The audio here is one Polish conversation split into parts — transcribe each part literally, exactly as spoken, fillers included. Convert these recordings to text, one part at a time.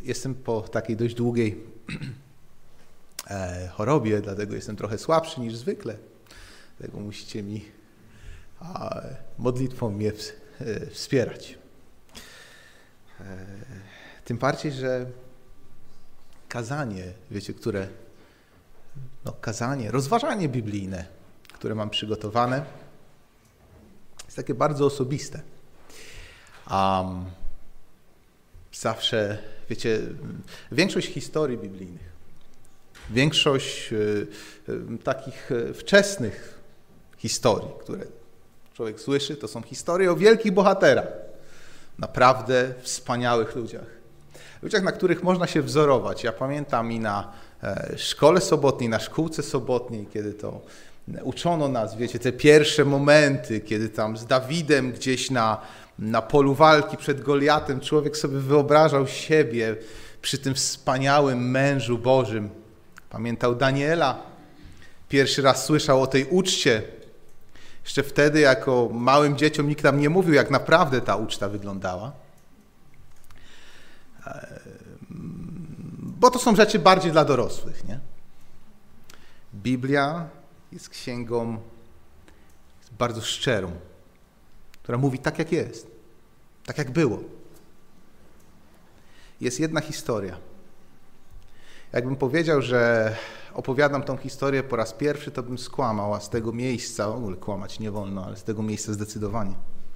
jestem po takiej dość długiej chorobie, dlatego jestem trochę słabszy niż zwykle. Dlatego musicie mi modlitwą mnie wspierać. Tym bardziej, że kazanie, wiecie, które, no kazanie, rozważanie biblijne, które mam przygotowane, jest takie bardzo osobiste. Um, zawsze, wiecie, większość historii biblijnych, większość y, y, takich wczesnych historii, które człowiek słyszy, to są historie o wielkich bohaterach, naprawdę wspaniałych ludziach. Ludziach, na których można się wzorować. Ja pamiętam i na e, szkole sobotniej, na szkółce sobotniej, kiedy to uczono nas, wiecie, te pierwsze momenty, kiedy tam z Dawidem gdzieś na, na polu walki przed Goliatem człowiek sobie wyobrażał siebie przy tym wspaniałym mężu Bożym. Pamiętał Daniela. Pierwszy raz słyszał o tej uczcie. Jeszcze wtedy jako małym dzieciom nikt nam nie mówił, jak naprawdę ta uczta wyglądała. Bo to są rzeczy bardziej dla dorosłych, nie? Biblia jest księgą bardzo szczerą, która mówi tak, jak jest, tak, jak było. Jest jedna historia. Jakbym powiedział, że opowiadam tą historię po raz pierwszy, to bym skłamał, a z tego miejsca, w ogóle kłamać nie wolno, ale z tego miejsca zdecydowanie.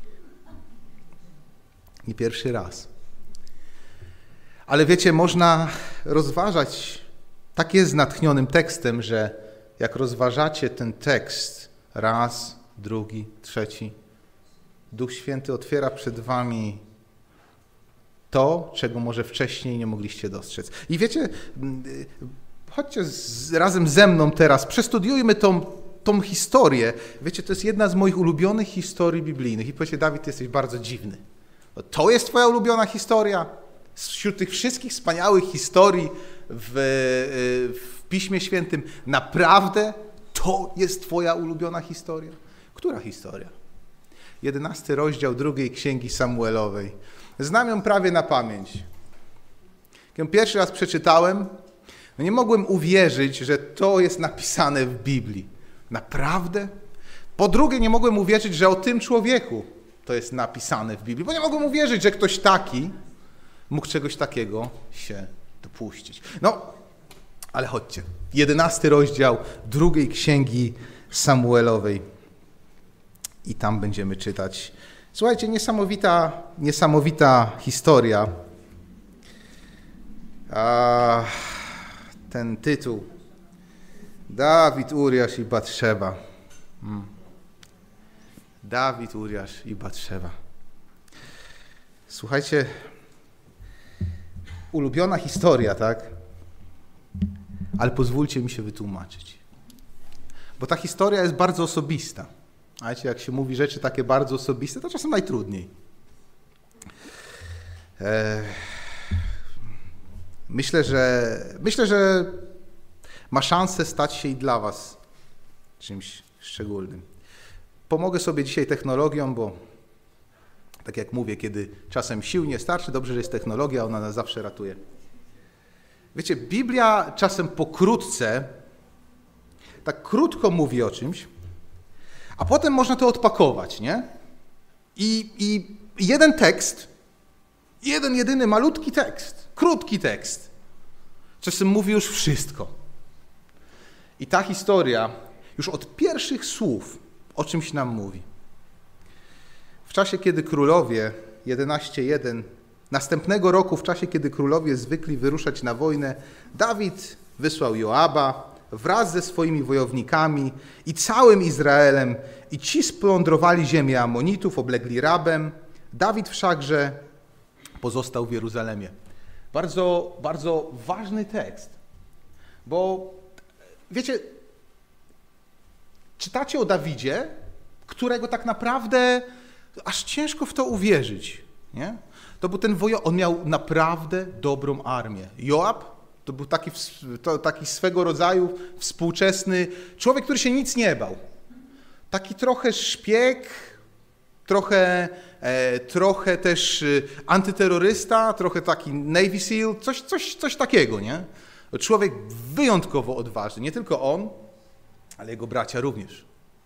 Nie pierwszy raz. Ale wiecie, można rozważać, tak jest z natchnionym tekstem, że jak rozważacie ten tekst raz, drugi, trzeci, Duch Święty otwiera przed wami to, czego może wcześniej nie mogliście dostrzec. I wiecie, chodźcie z, razem ze mną teraz, przestudiujmy tą, tą historię. Wiecie, to jest jedna z moich ulubionych historii biblijnych. I powiecie, Dawid, ty jesteś bardzo dziwny. To jest twoja ulubiona historia? Wśród tych wszystkich wspaniałych historii w, w Piśmie Świętym, naprawdę to jest twoja ulubiona historia? Która historia? Jedenasty rozdział drugiej Księgi Samuelowej. Znam ją prawie na pamięć. Jak ją pierwszy raz przeczytałem, no nie mogłem uwierzyć, że to jest napisane w Biblii. Naprawdę? Po drugie, nie mogłem uwierzyć, że o tym człowieku to jest napisane w Biblii, bo nie mogłem uwierzyć, że ktoś taki mógł czegoś takiego się dopuścić. No, ale chodźcie. Jedenasty rozdział drugiej Księgi Samuelowej. I tam będziemy czytać. Słuchajcie, niesamowita, niesamowita historia. A, ten tytuł. Dawid, Uriasz i Batszeba. Hmm. Dawid, Uriasz i Batszeba. Słuchajcie, ulubiona historia, tak? Ale pozwólcie mi się wytłumaczyć. Bo ta historia jest bardzo osobista. A wiecie, jak się mówi rzeczy takie bardzo osobiste, to czasem najtrudniej. Eee, myślę, że, myślę, że ma szansę stać się i dla was czymś szczególnym. Pomogę sobie dzisiaj technologią, bo tak jak mówię, kiedy czasem sił nie starczy, dobrze, że jest technologia, ona nas zawsze ratuje. Wiecie, Biblia czasem pokrótce, tak krótko mówi o czymś, a potem można to odpakować, nie? I, i jeden tekst, jeden jedyny malutki tekst, krótki tekst, czasem mówi już wszystko. I ta historia już od pierwszych słów o czymś nam mówi. W czasie, kiedy królowie, jedenaście jeden, następnego roku, w czasie, kiedy królowie zwykli wyruszać na wojnę, Dawid wysłał Joaba wraz ze swoimi wojownikami i całym Izraelem i ci splądrowali ziemię Amonitów, oblegli Rabem. Dawid wszakże pozostał w Jeruzalemie. Bardzo, bardzo ważny tekst, bo wiecie, czytacie o Dawidzie, którego tak naprawdę aż ciężko w to uwierzyć, nie? To był ten wojo, on miał naprawdę dobrą armię. Joab to był taki, to, taki swego rodzaju współczesny człowiek, który się nic nie bał. Taki trochę szpieg, trochę, e, trochę też antyterrorysta, trochę taki Navy SEAL, coś, coś, coś takiego, nie? Człowiek wyjątkowo odważny, nie tylko on, ale jego bracia również.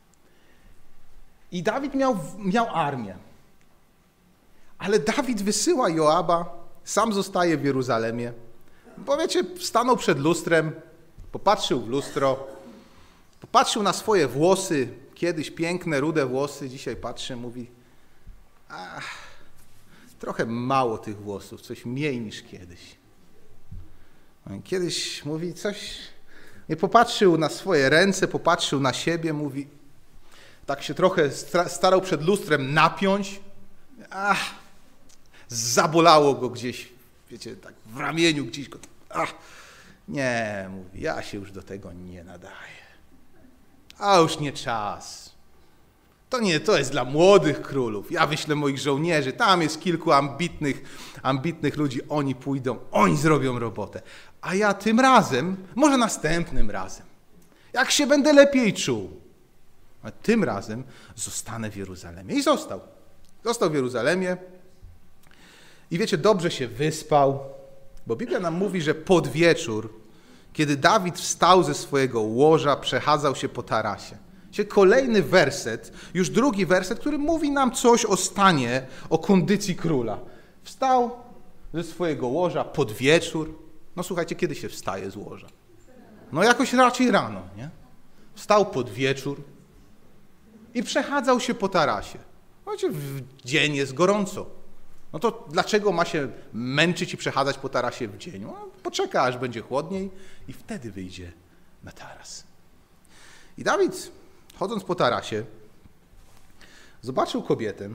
I Dawid miał, miał armię. Ale Dawid wysyła Joaba, sam zostaje w Jeruzalemie. Bo wiecie, stanął przed lustrem, popatrzył w lustro, popatrzył na swoje włosy, kiedyś piękne, rude włosy, dzisiaj patrzy, mówi, ach, trochę mało tych włosów, coś mniej niż kiedyś. Kiedyś, mówi, coś, nie popatrzył na swoje ręce, popatrzył na siebie, mówi, tak się trochę starał przed lustrem napiąć, ach, zabolało go gdzieś, wiecie, tak w ramieniu gdzieś go, ach, nie, mówi, ja się już do tego nie nadaję. A już nie czas. To nie, to jest dla młodych królów. Ja wyślę moich żołnierzy, tam jest kilku ambitnych, ambitnych ludzi, oni pójdą, oni zrobią robotę. A ja tym razem, może następnym razem, jak się będę lepiej czuł, a tym razem zostanę w Jeruzalemie. I został. Został w Jeruzalemie. I wiecie, dobrze się wyspał, bo Biblia nam mówi, że pod wieczór, kiedy Dawid wstał ze swojego łoża, przechadzał się po tarasie. Kolejny werset, już drugi werset, który mówi nam coś o stanie, o kondycji króla. Wstał ze swojego łoża pod wieczór. No słuchajcie, kiedy się wstaje z łoża? No jakoś raczej rano, nie? Wstał pod wieczór i przechadzał się po tarasie. Słuchajcie, w dzień jest gorąco. No to dlaczego ma się męczyć i przechadzać po tarasie w dzień? No, poczeka, aż będzie chłodniej i wtedy wyjdzie na taras. I Dawid, chodząc po tarasie, zobaczył kobietę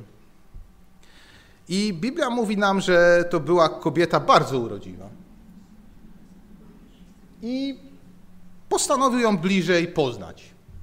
i Biblia mówi nam, że to była kobieta bardzo urodziwa. I postanowił ją bliżej poznać.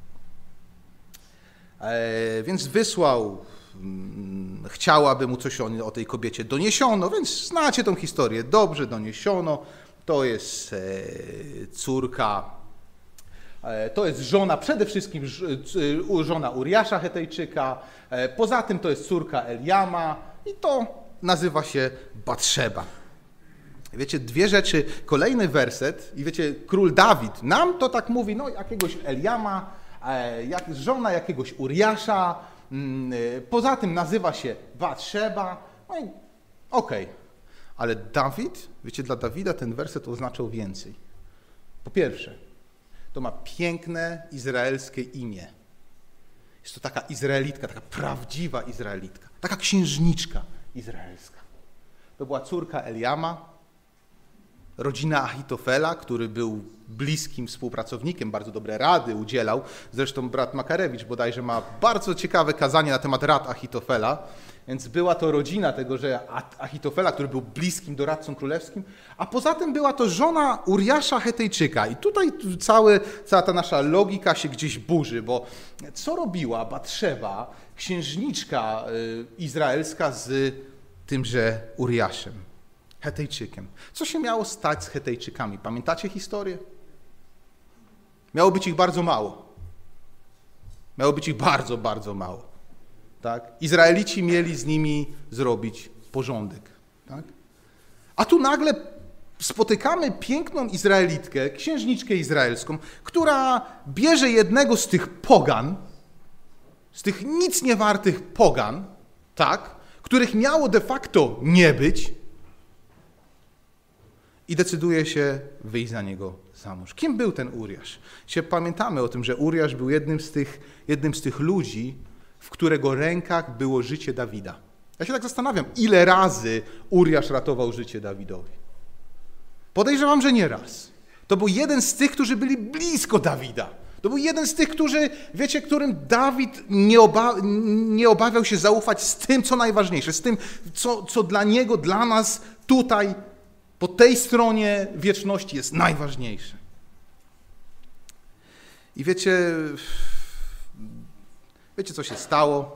E, więc wysłał, mm, chciałaby mu coś o, o tej kobiecie doniesiono, więc znacie tą historię, dobrze doniesiono. To jest e, córka, e, to jest żona, przede wszystkim żona Uriasza Hetejczyka, e, poza tym to jest córka Eliama i to nazywa się Batszeba. Wiecie, dwie rzeczy, kolejny werset i wiecie, król Dawid, nam to tak mówi, no jakiegoś Eliama, e, jak, żona jakiegoś Uriasza, mm, e, poza tym nazywa się Batszeba, no i okej. Okay. Ale Dawid, wiecie, dla Dawida ten werset oznaczał więcej. Po pierwsze, to ma piękne izraelskie imię. Jest to taka Izraelitka, taka prawdziwa Izraelitka, taka księżniczka izraelska. To była córka Eliama, rodzina Achitofela, który był bliskim współpracownikiem, bardzo dobre rady udzielał. Zresztą brat Makarewicz bodajże ma bardzo ciekawe kazanie na temat rad Achitofela. Więc była to rodzina tego, że Achitofela, który był bliskim doradcą królewskim, a poza tym była to żona Uriasza Hetejczyka. I tutaj całe, cała ta nasza logika się gdzieś burzy, bo co robiła Batszeba, księżniczka izraelska z tymże Uriaszem, Hetejczykiem? Co się miało stać z Hetejczykami? Pamiętacie historię? Miało być ich bardzo mało. Miało być ich bardzo, bardzo mało. Tak? Izraelici mieli z nimi zrobić porządek. Tak? A tu nagle spotykamy piękną Izraelitkę, księżniczkę izraelską, która bierze jednego z tych pogan, z tych nic niewartych pogan, tak? Których miało de facto nie być i decyduje się wyjść za niego za mąż. Kim był ten Uriasz? Się pamiętamy o tym, że Uriasz był jednym z tych, jednym z tych ludzi, w którego rękach było życie Dawida. Ja się tak zastanawiam, ile razy Uriasz ratował życie Dawidowi. Podejrzewam, że nie raz. To był jeden z tych, którzy byli blisko Dawida. To był jeden z tych, którzy, wiecie, którym Dawid nie, oba, nie obawiał się zaufać z tym, co najważniejsze, z tym, co, co dla niego, dla nas tutaj, po tej stronie wieczności jest najważniejsze. I wiecie... Wiecie, co się stało?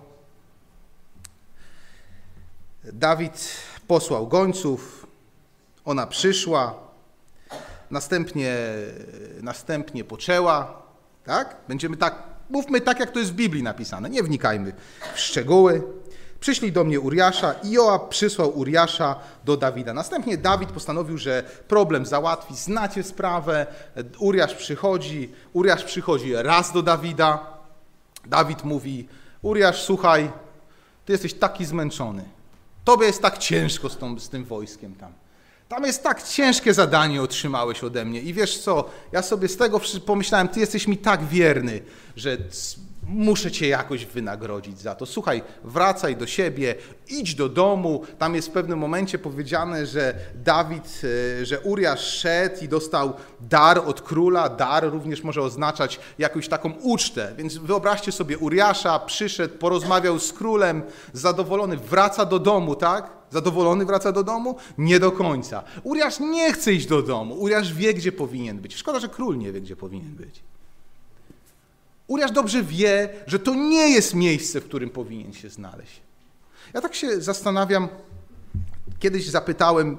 Dawid posłał gońców, ona przyszła, następnie, następnie poczęła, tak? Będziemy tak, mówmy tak, jak to jest w Biblii napisane, nie wnikajmy w szczegóły. Przyszli do mnie Uriasza i Joab przysłał Uriasza do Dawida. Następnie Dawid postanowił, że problem załatwi. Znacie sprawę. Uriasz przychodzi. Uriasz przychodzi raz do Dawida. Dawid mówi: Uriasz, słuchaj, ty jesteś taki zmęczony. Tobie jest tak ciężko z, tą, z tym wojskiem tam. Tam jest tak ciężkie zadanie otrzymałeś ode mnie. I wiesz co, ja sobie z tego pomyślałem, ty jesteś mi tak wierny, że muszę cię jakoś wynagrodzić za to. Słuchaj, wracaj do siebie, idź do domu. Tam jest w pewnym momencie powiedziane, że Dawid, że Uriasz szedł i dostał dar od króla. Dar również może oznaczać jakąś taką ucztę. Więc wyobraźcie sobie Uriasza, przyszedł, porozmawiał z królem, zadowolony, wraca do domu, tak? Zadowolony wraca do domu? Nie do końca. Uriasz nie chce iść do domu. Uriasz wie, gdzie powinien być. Szkoda, że król nie wie, gdzie powinien być. Uriasz dobrze wie, że to nie jest miejsce, w którym powinien się znaleźć. Ja tak się zastanawiam, kiedyś zapytałem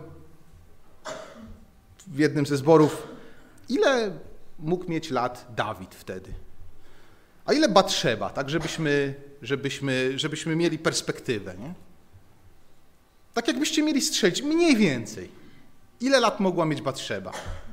w jednym ze zborów, ile mógł mieć lat Dawid wtedy? A ile Batszeba, tak żebyśmy, żebyśmy, żebyśmy mieli perspektywę, nie? Tak jakbyście mieli strzelić, mniej więcej. Ile lat mogła mieć Batszeba?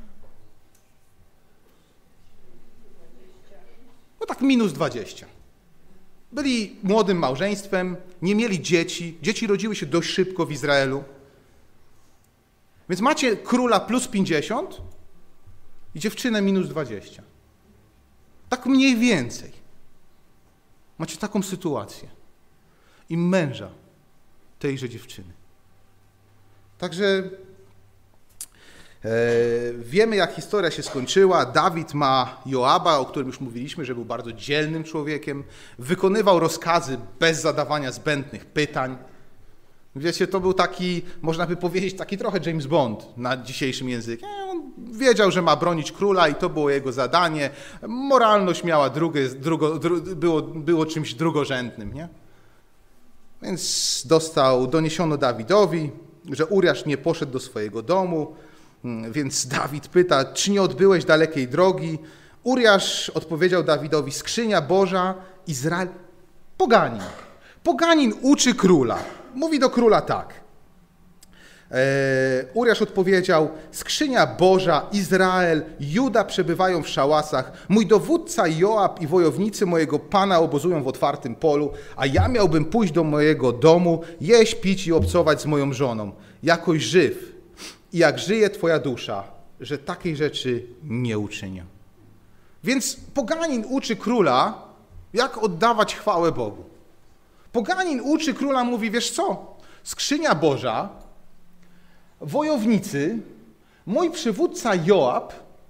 No tak minus dwadzieścia. Byli młodym małżeństwem, nie mieli dzieci. Dzieci rodziły się dość szybko w Izraelu. Więc macie króla plus pięćdziesiąt i dziewczynę minus dwadzieścia. Tak mniej więcej. Macie taką sytuację. I męża tejże dziewczyny. Także e, wiemy, jak historia się skończyła. Dawid ma Joaba, o którym już mówiliśmy, że był bardzo dzielnym człowiekiem. Wykonywał rozkazy bez zadawania zbędnych pytań. Wiecie, to był taki, można by powiedzieć, taki trochę James Bond na dzisiejszym języku. On wiedział, że ma bronić króla i to było jego zadanie. Moralność miała drugie, drugo, dru, było, było czymś drugorzędnym, nie? Więc dostał, doniesiono Dawidowi, że Uriasz nie poszedł do swojego domu, więc Dawid pyta, czy nie odbyłeś dalekiej drogi? Uriasz odpowiedział Dawidowi, skrzynia Boża, Izrael, poganin. Poganin uczy króla. Mówi do króla tak. E, Uriasz odpowiedział, skrzynia Boża, Izrael, Juda przebywają w szałasach, mój dowódca Joab i wojownicy mojego pana obozują w otwartym polu, a ja miałbym pójść do mojego domu, jeść, pić i obcować z moją żoną, jakoś żyw i jak żyje twoja dusza, że takiej rzeczy nie uczynię. Więc poganin uczy króla, jak oddawać chwałę Bogu. Poganin uczy króla, mówi, wiesz co, skrzynia Boża, wojownicy, mój przywódca Joab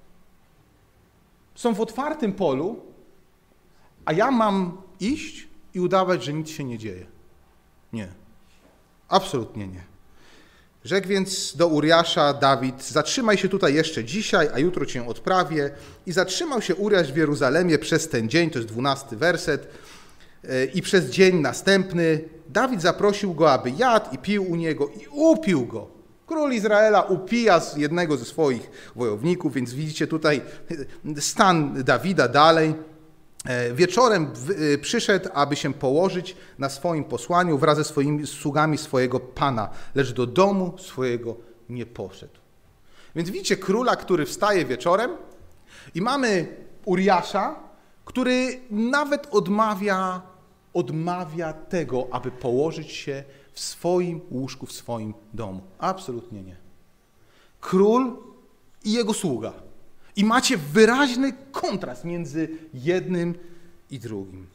są w otwartym polu, a ja mam iść i udawać, że nic się nie dzieje. Nie. Absolutnie nie. Rzekł więc do Uriasza Dawid, zatrzymaj się tutaj jeszcze dzisiaj, a jutro cię odprawię. I zatrzymał się Uriasz w Jeruzalemie przez ten dzień, to jest dwunasty werset, i przez dzień następny. Dawid zaprosił go, aby jadł i pił u niego i upił go. Król Izraela upija z jednego ze swoich wojowników, więc widzicie tutaj stan Dawida dalej. Wieczorem przyszedł, aby się położyć na swoim posłaniu wraz ze swoimi sługami swojego pana, lecz do domu swojego nie poszedł. Więc widzicie króla, który wstaje wieczorem i mamy Uriasza, który nawet odmawia, odmawia tego, aby położyć się w swoim łóżku, w swoim domu. Absolutnie nie. Król i jego sługa. I macie wyraźny kontrast między jednym i drugim.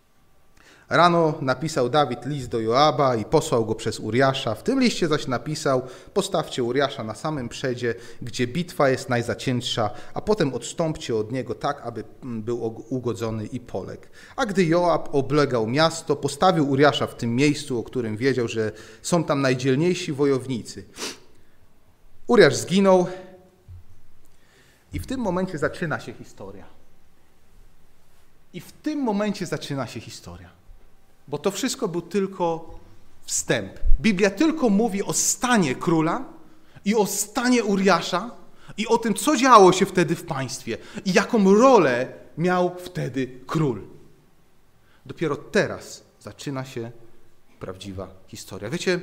Rano napisał Dawid list do Joaba i posłał go przez Uriasza. W tym liście zaś napisał, postawcie Uriasza na samym przedzie, gdzie bitwa jest najzaciętsza, a potem odstąpcie od niego tak, aby był ugodzony i poległ. A gdy Joab oblegał miasto, postawił Uriasza w tym miejscu, o którym wiedział, że są tam najdzielniejsi wojownicy. Uriasz zginął i w tym momencie zaczyna się historia. I w tym momencie zaczyna się historia. Bo to wszystko był tylko wstęp. Biblia tylko mówi o stanie króla i o stanie Uriasza i o tym, co działo się wtedy w państwie i jaką rolę miał wtedy król. Dopiero teraz zaczyna się prawdziwa historia. Wiecie,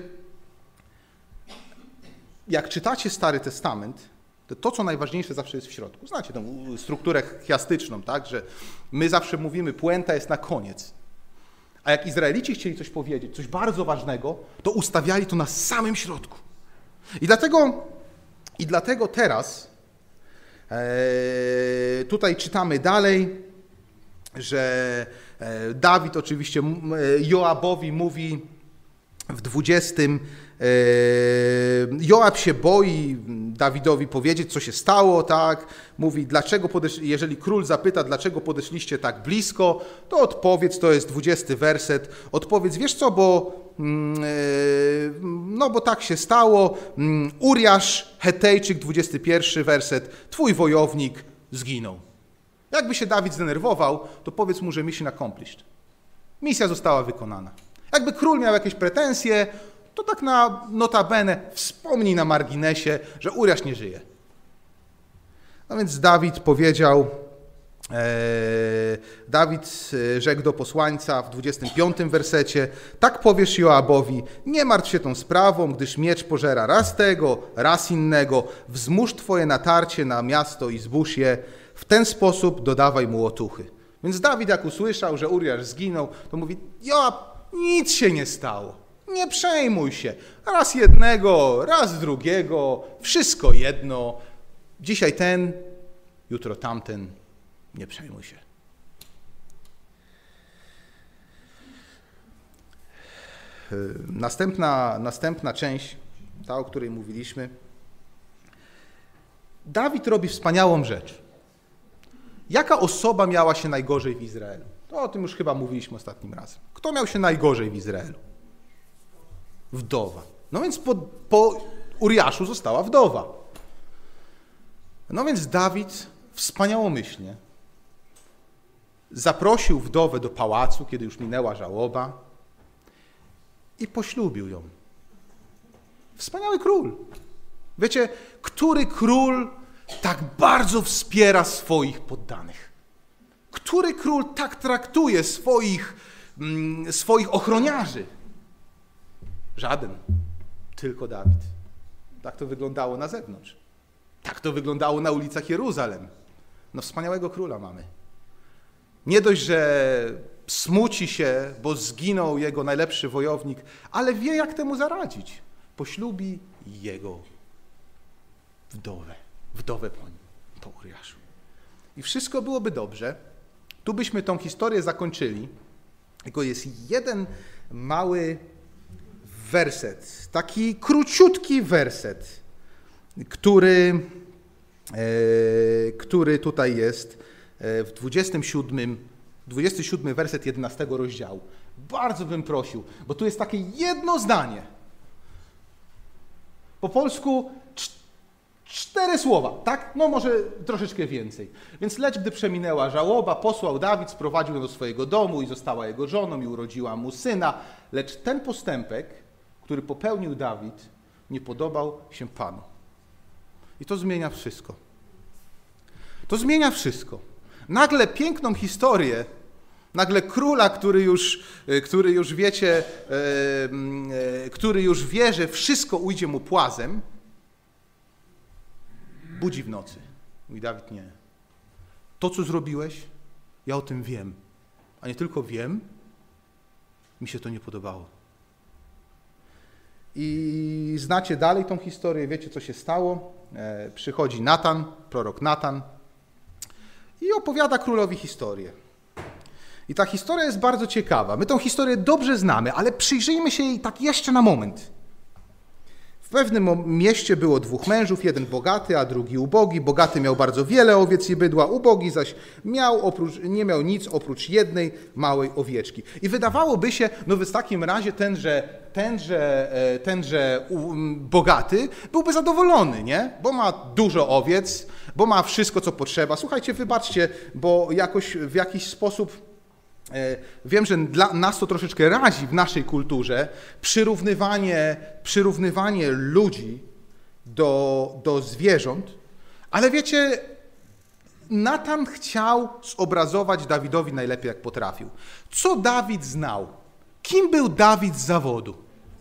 jak czytacie Stary Testament, to to, co najważniejsze, zawsze jest w środku. Znacie tę strukturę chiastyczną, tak, że my zawsze mówimy, puenta jest na koniec. A jak Izraelici chcieli coś powiedzieć, coś bardzo ważnego, to ustawiali to na samym środku. I dlatego, i dlatego teraz e, tutaj czytamy dalej, że e, Dawid oczywiście e, Joabowi mówi w dwudziestym Joab się boi Dawidowi powiedzieć, co się stało, tak? Mówi, dlaczego podesz... jeżeli król zapyta, dlaczego podeszliście tak blisko, to odpowiedz, to jest dwudziesty werset, odpowiedz, wiesz co, bo no bo tak się stało, Uriasz, Hetejczyk, dwudziesty pierwszy werset, twój wojownik zginął. Jakby się Dawid zdenerwował, to powiedz mu, że mission accomplished. Misja została wykonana. Jakby król miał jakieś pretensje, to tak na notabene wspomnij na marginesie, że Uriasz nie żyje. No więc Dawid powiedział, e, Dawid rzekł do posłańca w dwudziestym piątym wersecie, tak powiesz Joabowi, nie martw się tą sprawą, gdyż miecz pożera raz tego, raz innego, wzmóż twoje natarcie na miasto i zbóż je, w ten sposób dodawaj mu otuchy. Więc Dawid jak usłyszał, że Uriasz zginął, to mówi, Joab, nic się nie stało. Nie przejmuj się. Raz jednego, raz drugiego, wszystko jedno. Dzisiaj ten, jutro tamten. Nie przejmuj się. Następna, następna część, ta, o której mówiliśmy. Dawid robi wspaniałą rzecz. Jaka osoba miała się najgorzej w Izraelu? To o tym już chyba mówiliśmy ostatnim razem. Kto miał się najgorzej w Izraelu? Wdowa. No więc po, po Uriaszu została wdowa. No więc Dawid wspaniałomyślnie zaprosił wdowę do pałacu, kiedy już minęła żałoba i poślubił ją. Wspaniały król. Wiecie, który król tak bardzo wspiera swoich poddanych? Który król tak traktuje swoich, mm, swoich ochroniarzy? Żaden. Tylko Dawid. Tak to wyglądało na zewnątrz. Tak to wyglądało na ulicach Jeruzalem. No wspaniałego króla mamy. Nie dość, że smuci się, bo zginął jego najlepszy wojownik, ale wie, jak temu zaradzić. Poślubi jego wdowę. Wdowę po nim, po Uriaszu. I wszystko byłoby dobrze. Tu byśmy tą historię zakończyli. Tylko jest jeden mały werset, taki króciutki werset, który, e, który tutaj jest w dwudziestym siódmym, dwudziesty siódmy werset jedenastego rozdziału. Bardzo bym prosił, bo tu jest takie jedno zdanie. Po polsku cztery słowa, tak? No może troszeczkę więcej. Więc lecz gdy przeminęła żałoba, posłał Dawid, sprowadził ją do swojego domu i została jego żoną i urodziła mu syna. Lecz ten postępek, który popełnił Dawid, nie podobał się Panu. I to zmienia wszystko. To zmienia wszystko. Nagle piękną historię, nagle króla, który już, który już wiecie, który już wie, że wszystko ujdzie mu płazem, budzi w nocy. Mówi Dawid, nie. To, co zrobiłeś, ja o tym wiem. A nie tylko wiem, mi się to nie podobało. I znacie dalej tą historię, wiecie, co się stało. E, przychodzi Natan, prorok Natan i opowiada królowi historię. I ta historia jest bardzo ciekawa. My tą historię dobrze znamy, ale przyjrzyjmy się jej tak jeszcze na moment. W pewnym mieście było dwóch mężów, jeden bogaty, a drugi ubogi. Bogaty miał bardzo wiele owiec i bydła, ubogi zaś miał oprócz, nie miał nic oprócz jednej małej owieczki. I wydawałoby się, no w takim razie tenże, tenże, tenże bogaty byłby zadowolony, nie? Bo ma dużo owiec, bo ma wszystko, co potrzeba. Słuchajcie, wybaczcie, bo jakoś w jakiś sposób wiem, że dla nas to troszeczkę razi w naszej kulturze przyrównywanie, przyrównywanie ludzi do, do zwierząt, ale wiecie, Natan chciał zobrazować Dawidowi najlepiej, jak potrafił. Co Dawid znał? Kim był Dawid z zawodu?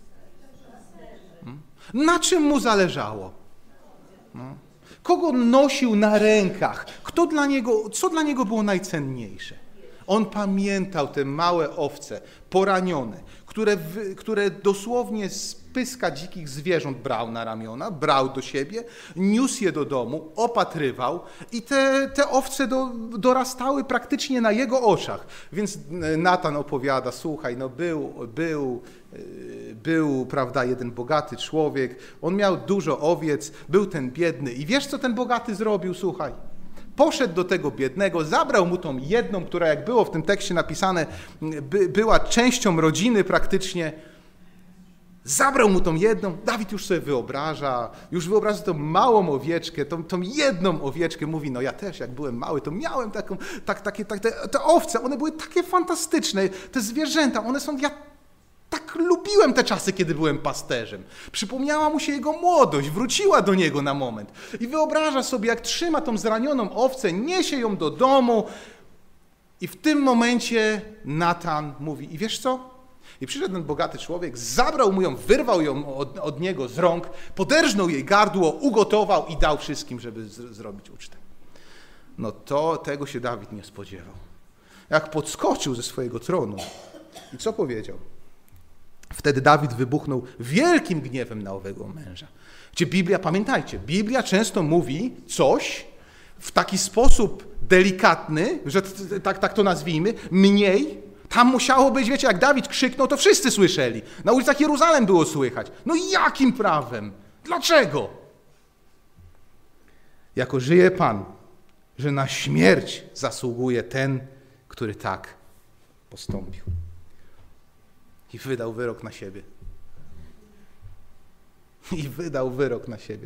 Na czym mu zależało? No. Kogo nosił na rękach? Kto dla niego, co dla niego było najcenniejsze? On pamiętał te małe owce, poranione, które, które dosłownie z pyska dzikich zwierząt brał na ramiona, brał do siebie, niósł je do domu, opatrywał i te, te owce do, dorastały praktycznie na jego oczach. Więc Natan opowiada, słuchaj, no był, był, był, prawda, jeden bogaty człowiek, on miał dużo owiec, był ten biedny i wiesz, co ten bogaty zrobił, słuchaj? Poszedł do tego biednego, zabrał mu tą jedną, która, jak było w tym tekście napisane, by, była częścią rodziny praktycznie. Zabrał mu tą jedną. Dawid już sobie wyobraża, już wyobraża tą małą owieczkę, tą, tą jedną owieczkę. Mówi, no ja też jak byłem mały, to miałem taką, tak, takie, tak, te, te owce, one były takie fantastyczne, te zwierzęta, one są, ja tak lubiłem te czasy, kiedy byłem pasterzem. Przypomniała mu się jego młodość, wróciła do niego na moment. I wyobraża sobie, jak trzyma tą zranioną owcę, niesie ją do domu i w tym momencie Natan mówi, i wiesz co? I przyszedł ten bogaty człowiek, zabrał mu ją, wyrwał ją od, od niego z rąk, poderżnął jej gardło, ugotował i dał wszystkim, żeby z, zrobić ucztę. No to tego się Dawid nie spodziewał. Jak podskoczył ze swojego tronu i co powiedział? Wtedy Dawid wybuchnął wielkim gniewem na owego męża. Gdzie Biblia, pamiętajcie, Biblia często mówi coś w taki sposób delikatny, że tak, tak to nazwijmy, mniej. Tam musiało być, wiecie, jak Dawid krzyknął, to wszyscy słyszeli. Na ulicach Jeruzalem było słychać. No jakim prawem? Dlaczego? Jako żyje Pan, że na śmierć zasługuje ten, który tak postąpił. I wydał wyrok na siebie. I wydał wyrok na siebie.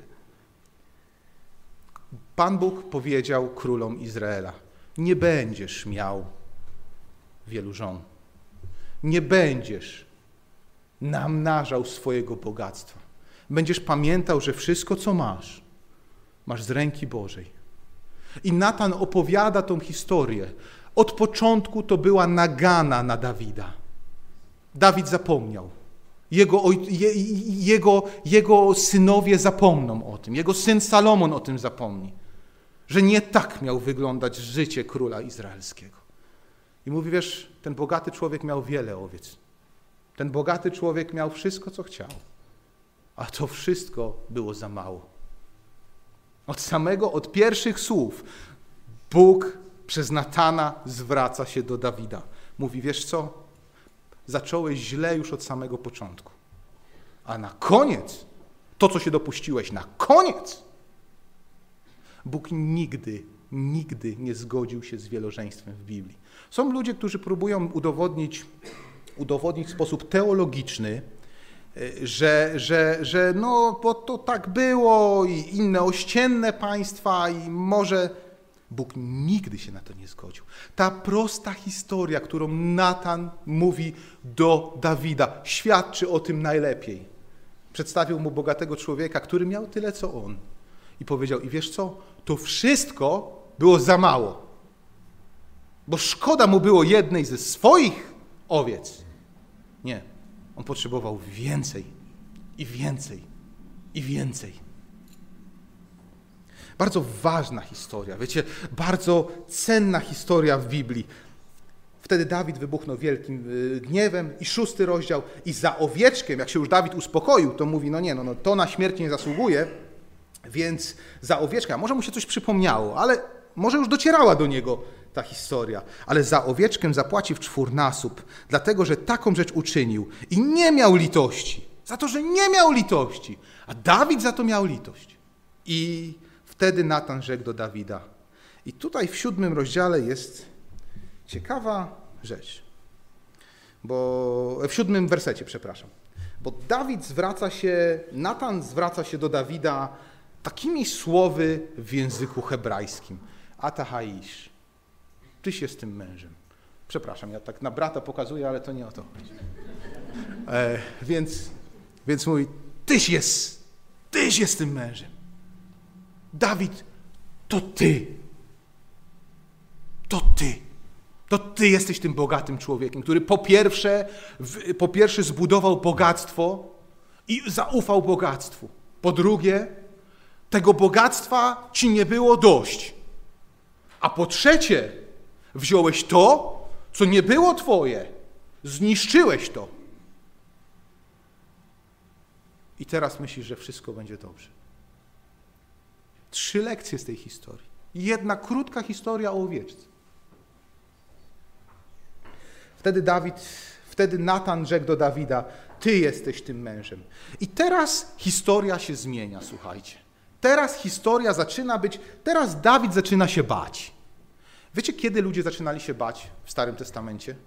Pan Bóg powiedział królom Izraela, nie będziesz miał wielu żon. Nie będziesz namnażał swojego bogactwa. Będziesz pamiętał, że wszystko, co masz, masz z ręki Bożej. I Natan opowiada tą historię. Od początku to była nagana na Dawida. Dawid zapomniał. Jego, je, jego, jego synowie zapomną o tym. Jego syn Salomon o tym zapomni. Że nie tak miał wyglądać życie króla izraelskiego. I mówi, wiesz, ten bogaty człowiek miał wiele owiec. Ten bogaty człowiek miał wszystko, co chciał. A to wszystko było za mało. Od samego, od pierwszych słów Bóg przez Natana zwraca się do Dawida. Mówi, wiesz co? Zacząłeś źle już od samego początku. A na koniec, to co się dopuściłeś, na koniec, Bóg nigdy, nigdy nie zgodził się z wielożeństwem w Biblii. Są ludzie, którzy próbują udowodnić, udowodnić w sposób teologiczny, że, że, że no, bo to tak było i inne ościenne państwa i może... Bóg nigdy się na to nie zgodził. Ta prosta historia, którą Natan mówi do Dawida, świadczy o tym najlepiej. Przedstawił mu bogatego człowieka, który miał tyle, co on. I powiedział, i wiesz co? To wszystko było za mało. Bo szkoda mu było jednej ze swoich owiec. Nie. On potrzebował więcej i więcej i więcej. Bardzo ważna historia, wiecie, bardzo cenna historia w Biblii. Wtedy Dawid wybuchnął wielkim gniewem i szósty rozdział i za owieczkiem, jak się już Dawid uspokoił, to mówi, no nie, no, no to na śmierć nie zasługuje, więc za owieczkę, a może mu się coś przypomniało, ale może już docierała do niego ta historia, ale za owieczkę zapłaci w czwórnasób, dlatego, że taką rzecz uczynił i nie miał litości, za to, że nie miał litości, a Dawid za to miał litość. I wtedy Natan rzekł do Dawida. I tutaj w siódmym rozdziale jest ciekawa rzecz. Bo w siódmym wersecie, przepraszam. Bo Dawid zwraca się, Natan zwraca się do Dawida takimi słowy w języku hebrajskim. Atahaisz. Tyś jest tym mężem. Przepraszam, ja tak na brata pokazuję, ale to nie o to chodzi. E, więc, więc mówi, tyś jest, tyś jest tym mężem. Dawid, to ty. To ty. To ty jesteś tym bogatym człowiekiem, który po pierwsze, po pierwsze zbudował bogactwo i zaufał bogactwu. Po drugie, tego bogactwa ci nie było dość. A po trzecie, wziąłeś to, co nie było twoje. Zniszczyłeś to. I teraz myślisz, że wszystko będzie dobrze. Trzy lekcje z tej historii. Jedna krótka historia o owieczce. Wtedy Dawid, wtedy Natan rzekł do Dawida, ty jesteś tym mężem. I teraz historia się zmienia, słuchajcie. Teraz historia zaczyna być, teraz Dawid zaczyna się bać. Wiecie, kiedy ludzie zaczynali się bać w Starym Testamencie?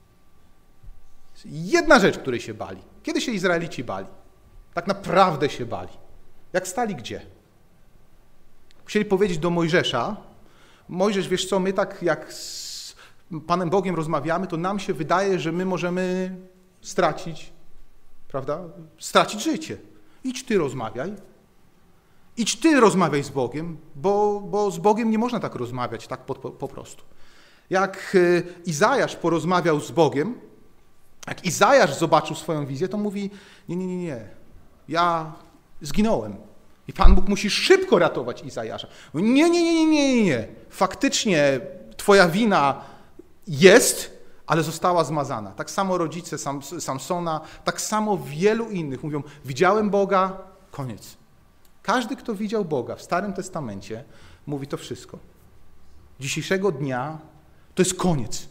Jedna rzecz, której się bali. Kiedy się Izraelici bali? Tak naprawdę się bali. Jak stali gdzie? Musieli powiedzieć do Mojżesza, Mojżesz, wiesz co, my tak jak z Panem Bogiem rozmawiamy, to nam się wydaje, że my możemy stracić, prawda? Stracić życie. Idź ty rozmawiaj. Idź ty rozmawiaj z Bogiem, bo, bo z Bogiem nie można tak rozmawiać, tak po, po, po prostu. Jak Izajasz porozmawiał z Bogiem, jak Izajasz zobaczył swoją wizję, to mówi, nie, nie, nie, nie, ja zginąłem. I Pan Bóg musi szybko ratować Izajasza. Nie, nie, nie, nie, nie, nie. Faktycznie twoja wina jest, ale została zmazana. Tak samo rodzice Sam, Samsona, tak samo wielu innych mówią, widziałem Boga, koniec. Każdy, kto widział Boga w Starym Testamencie, mówi to wszystko. Dzisiejszego dnia to jest koniec.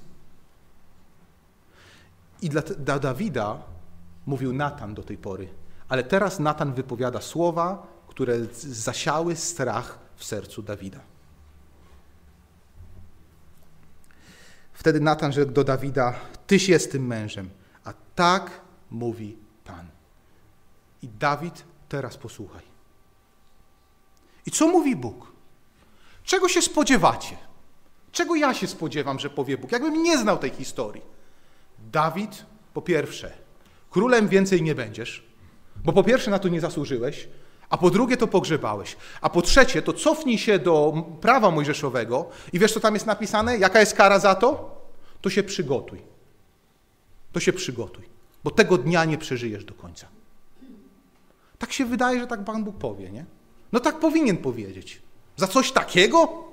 I dla, dla Dawida mówił Natan do tej pory, ale teraz Natan wypowiada słowa, które zasiały strach w sercu Dawida. Wtedy Natan rzekł do Dawida, tyś jest tym mężem, a tak mówi Pan. I Dawid, teraz posłuchaj. I co mówi Bóg? Czego się spodziewacie? Czego ja się spodziewam, że powie Bóg? Jakbym nie znał tej historii. Dawid, po pierwsze, królem więcej nie będziesz, bo po pierwsze na to nie zasłużyłeś, a po drugie to pogrzebałeś, a po trzecie to cofnij się do prawa mojżeszowego i wiesz, co tam jest napisane? Jaka jest kara za to? To się przygotuj. To się przygotuj, bo tego dnia nie przeżyjesz do końca. Tak się wydaje, że tak Pan Bóg powie, nie? No tak powinien powiedzieć. Za coś takiego?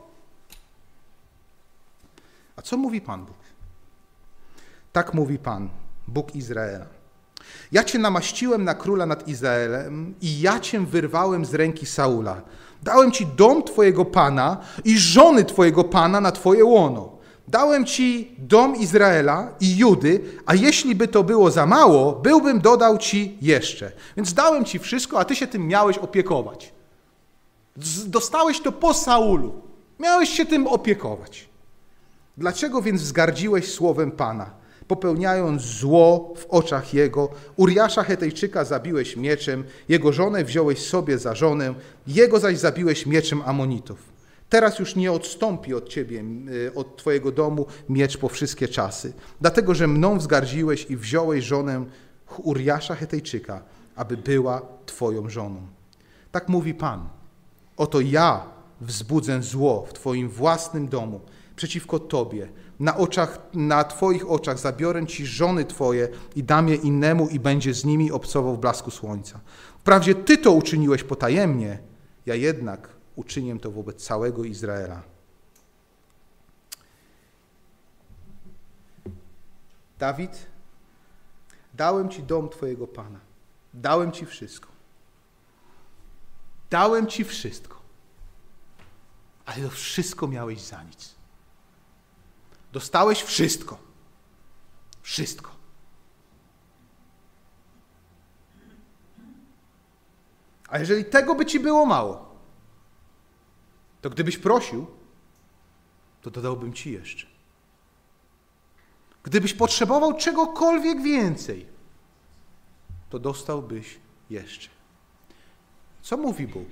A co mówi Pan Bóg? Tak mówi Pan, Bóg Izraela. Ja cię namaściłem na króla nad Izraelem i ja cię wyrwałem z ręki Saula. Dałem ci dom twojego Pana i żony twojego Pana na twoje łono. Dałem ci dom Izraela i Judy, a jeśli by to było za mało, byłbym dodał ci jeszcze. Więc dałem ci wszystko, a ty się tym miałeś opiekować. Dostałeś to po Saulu. Miałeś się tym opiekować. Dlaczego więc wzgardziłeś słowem Pana, popełniając zło w oczach Jego? Uriasza Hetejczyka zabiłeś mieczem, jego żonę wziąłeś sobie za żonę, jego zaś zabiłeś mieczem Amonitów. Teraz już nie odstąpi od ciebie, od twojego domu miecz po wszystkie czasy, dlatego że mną wzgardziłeś i wziąłeś żonę Uriasza Hetejczyka, aby była twoją żoną. Tak mówi Pan. Oto ja wzbudzę zło w twoim własnym domu przeciwko tobie. Na oczach, na twoich oczach zabiorę ci żony twoje i dam je innemu i będzie z nimi obcował w blasku słońca. Wprawdzie ty to uczyniłeś potajemnie, ja jednak uczynię to wobec całego Izraela. Dawid, dałem ci dom twojego Pana. Dałem ci wszystko. Dałem ci wszystko. Ale to wszystko miałeś za nic. Dostałeś wszystko. Wszystko. A jeżeli tego by ci było mało, to gdybyś prosił, to dodałbym ci jeszcze. Gdybyś potrzebował czegokolwiek więcej, to dostałbyś jeszcze. Co mówi Bóg?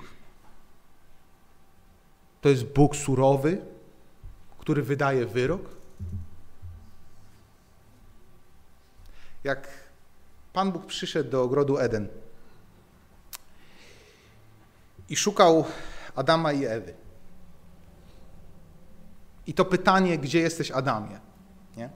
To jest Bóg surowy, który wydaje wyrok? Jak Pan Bóg przyszedł do ogrodu Eden i szukał Adama i Ewy. I to pytanie, gdzie jesteś, Adamie? Nie?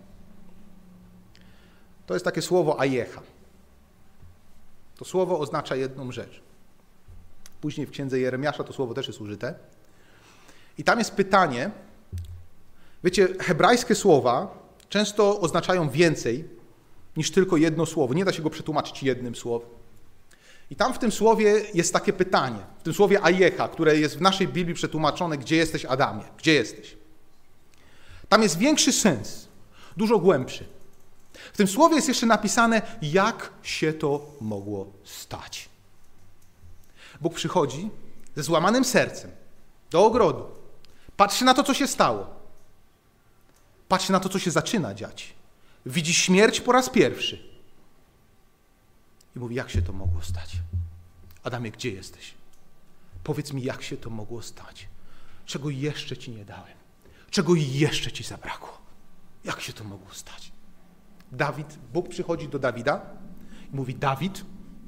To jest takie słowo ajecha. To słowo oznacza jedną rzecz. Później w księdze Jeremiasza to słowo też jest użyte. I tam jest pytanie. Wiecie, hebrajskie słowa często oznaczają więcej niż tylko jedno słowo. Nie da się go przetłumaczyć jednym słowem. I tam w tym słowie jest takie pytanie, w tym słowie ajecha, które jest w naszej Biblii przetłumaczone, gdzie jesteś, Adamie, gdzie jesteś? Tam jest większy sens, dużo głębszy. W tym słowie jest jeszcze napisane, jak się to mogło stać. Bóg przychodzi ze złamanym sercem do ogrodu. Patrzy na to, co się stało. Patrzy na to, co się zaczyna dziać. Widzi śmierć po raz pierwszy. I mówi, jak się to mogło stać? Adamie, gdzie jesteś? Powiedz mi, jak się to mogło stać? Czego jeszcze ci nie dałem? Czego jeszcze ci zabrakło? Jak się to mogło stać? Dawid, Bóg przychodzi do Dawida i mówi, Dawid,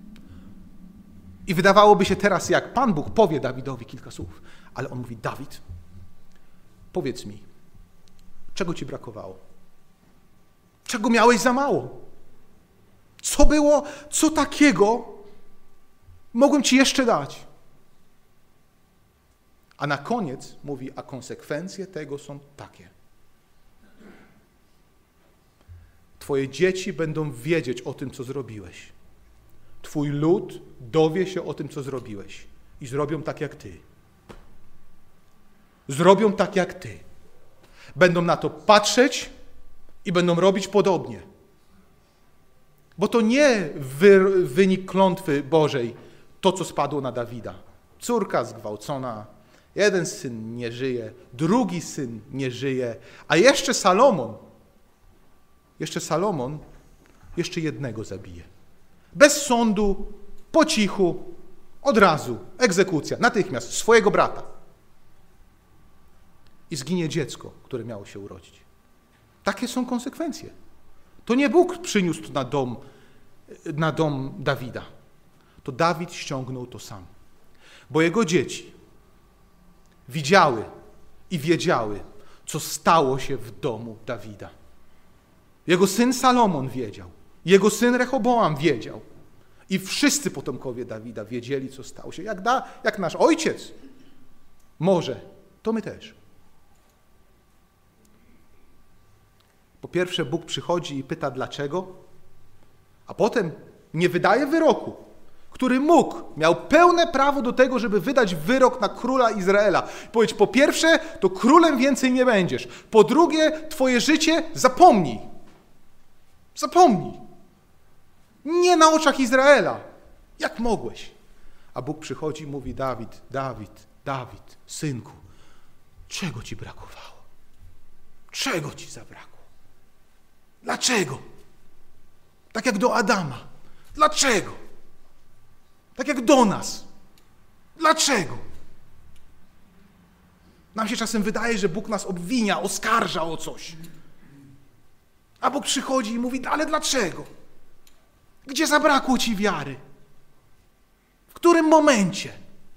i wydawałoby się teraz, jak Pan Bóg powie Dawidowi kilka słów, ale on mówi, Dawid, powiedz mi, czego ci brakowało? Czego miałeś za mało? Co było, co takiego mogłem ci jeszcze dać? A na koniec mówi, a konsekwencje tego są takie. Twoje dzieci będą wiedzieć o tym, co zrobiłeś. Twój lud dowie się o tym, co zrobiłeś. I zrobią tak jak ty. Zrobią tak jak ty. Będą na to patrzeć i będą robić podobnie. Bo to nie wy, wynik klątwy Bożej, to co spadło na Dawida. Córka zgwałcona, jeden syn nie żyje, drugi syn nie żyje, a jeszcze Salomon, jeszcze Salomon jeszcze jednego zabije. Bez sądu, po cichu, od razu, egzekucja, natychmiast, swojego brata. I zginie dziecko, które miało się urodzić. Takie są konsekwencje. To nie Bóg przyniósł to na dom, na dom Dawida. To Dawid ściągnął to sam. Bo jego dzieci widziały i wiedziały, co stało się w domu Dawida. Jego syn Salomon wiedział. Jego syn Rehoboam wiedział. I wszyscy potomkowie Dawida wiedzieli, co stało się. Jak, da, jak nasz ojciec może, to my też. Po pierwsze, Bóg przychodzi i pyta dlaczego, a potem nie wydaje wyroku, który mógł, miał pełne prawo do tego, żeby wydać wyrok na króla Izraela. Powiedzieć, po pierwsze, to królem więcej nie będziesz. Po drugie, twoje życie zapomnij. Zapomnij. Nie na oczach Izraela. Jak mogłeś? A Bóg przychodzi i mówi, Dawid, Dawid, Dawid, synku, czego ci brakowało? Czego ci zabrakło? Dlaczego? Tak jak do Adama. Dlaczego? Tak jak do nas. Dlaczego? Nam się czasem wydaje, że Bóg nas obwinia, oskarża o coś. A Bóg przychodzi i mówi, ale dlaczego? Gdzie zabrakło ci wiary? W którym momencie?